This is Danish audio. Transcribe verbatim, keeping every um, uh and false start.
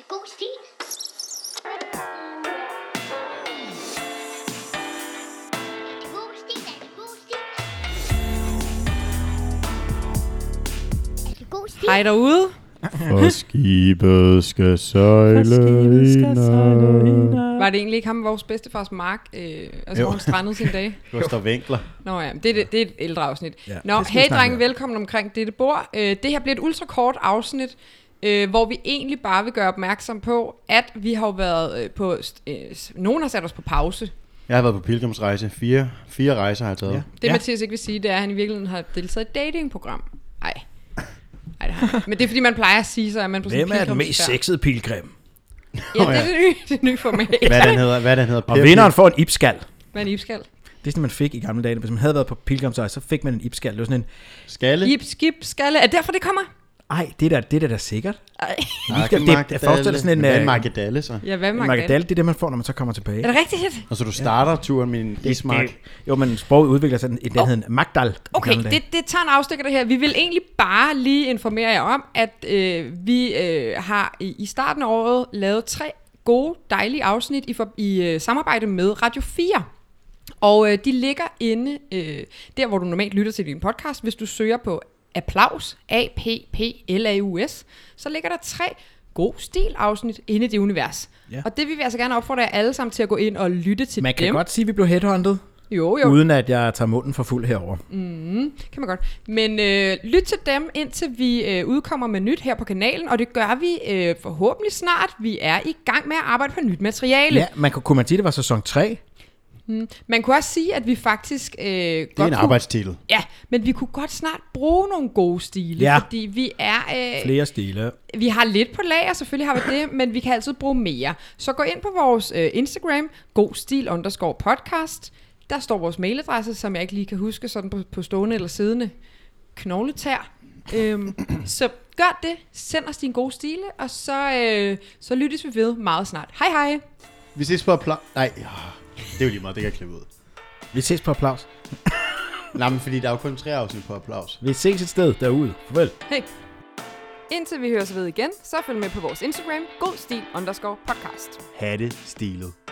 God stil. Hej derude. For skibet skal sejle ind. Var det egentlig ikke ham, vores bedstefars mark, øh, altså hvor han strandede sine dage? Gustav Winkler. Nå ja, det, det, det er et ældre afsnit. Ja, Nå, det skal vi hey snakke drenge, om. velkommen omkring dette bord. Øh, det her bliver et ultrakort afsnit, øh, hvor vi egentlig bare vil gøre opmærksom på, at vi har jo været øh, på, øh, nogen har sat os på pause. Jeg har været på pilgrimsrejse. Fire, fire rejser har jeg taget. Ja. Ja. Det Mathias ikke vil sige, det er, at han i virkeligheden har deltaget i et datingprogram. Nej. Nej, det har han. Men det er fordi, man plejer at sige, så er man på sådan Hvem en er den mest pilgrimsfærd. sexede pilgrim? Ja, det er det nye, det nye format. Hvad den hedder? Hvad den hedder? Og vinderen får en ipskal. Hvad er en ipskal? Det er sådan, man fik i gamle dage. Hvis man havde været på pilgrimsrejse, så fik man en ipskal. Det var sådan en, Skalle. Ip, skib, skalle. Er det derfor, det kommer? ej, det er da det er da sikkert. Ej. det- jeg forestiller sådan en, Hvad er en øh, markedalle så? Ja, hvad En med markadal, det er det, man får, når man så kommer tilbage. Er det rigtigt? Og så du starter turen med en ismark. Det- Jo, men sproget udvikler sig, den Oh. hed en Magdal. i Okay, gamle dage. det, det tager en afstikker det her. Vi vil egentlig bare lige informere jer om, at øh, vi øh, har i, i starten af året lavet tre gode, dejlige afsnit i, for, i øh, samarbejde med Radio fire. Og øh, de ligger inde øh, der, hvor du normalt lytter til din podcast. Hvis du søger på Applaus, A P P L A U S, så ligger der tre god stil afsnit inde i det univers. Ja. Og det vil vi altså gerne opfordre jer alle sammen til at gå ind og lytte til Man kan dem. godt sige, at vi blev headhunted, Jo, jo. uden at jeg tager munden for fuld herover. Mm, kan man godt. Men øh, lyt til dem, indtil vi øh, udkommer med nyt her på kanalen, og det gør vi øh, forhåbentlig snart. Vi er i gang med at arbejde på nyt materiale. Ja, man kunne, kunne man sige, at det var sæson tre? Mm. Man kunne også sige, at vi faktisk øh, Det er godt en kunne, arbejdstitel. ja, men vi kunne godt snart bruge nogle gode stile, Ja. fordi vi er øh, Flere stile. vi har lidt på lager, selvfølgelig har vi det, men vi kan altid bruge mere. Så gå ind på vores øh, Instagram, godstil underscore podcast. Der står vores mailadresse, som jeg ikke lige kan huske sådan på, på stående eller siddende knogletær. Øhm, så gør det. Send os din gode stile, og så, øh, så lyttes vi ved meget snart. Hej hej! Vi ses på applaus. Nej, ja. Det er jo lige meget, det kan jeg klippe ud. Vi ses på applaus. Nej, men fordi der er jo kun tre afsnit på applaus. Vi ses et sted derude. Farvel. Hey. Indtil vi høres ved igen, så følg med på vores Instagram, godstil underscore podcast. Hatte stilet.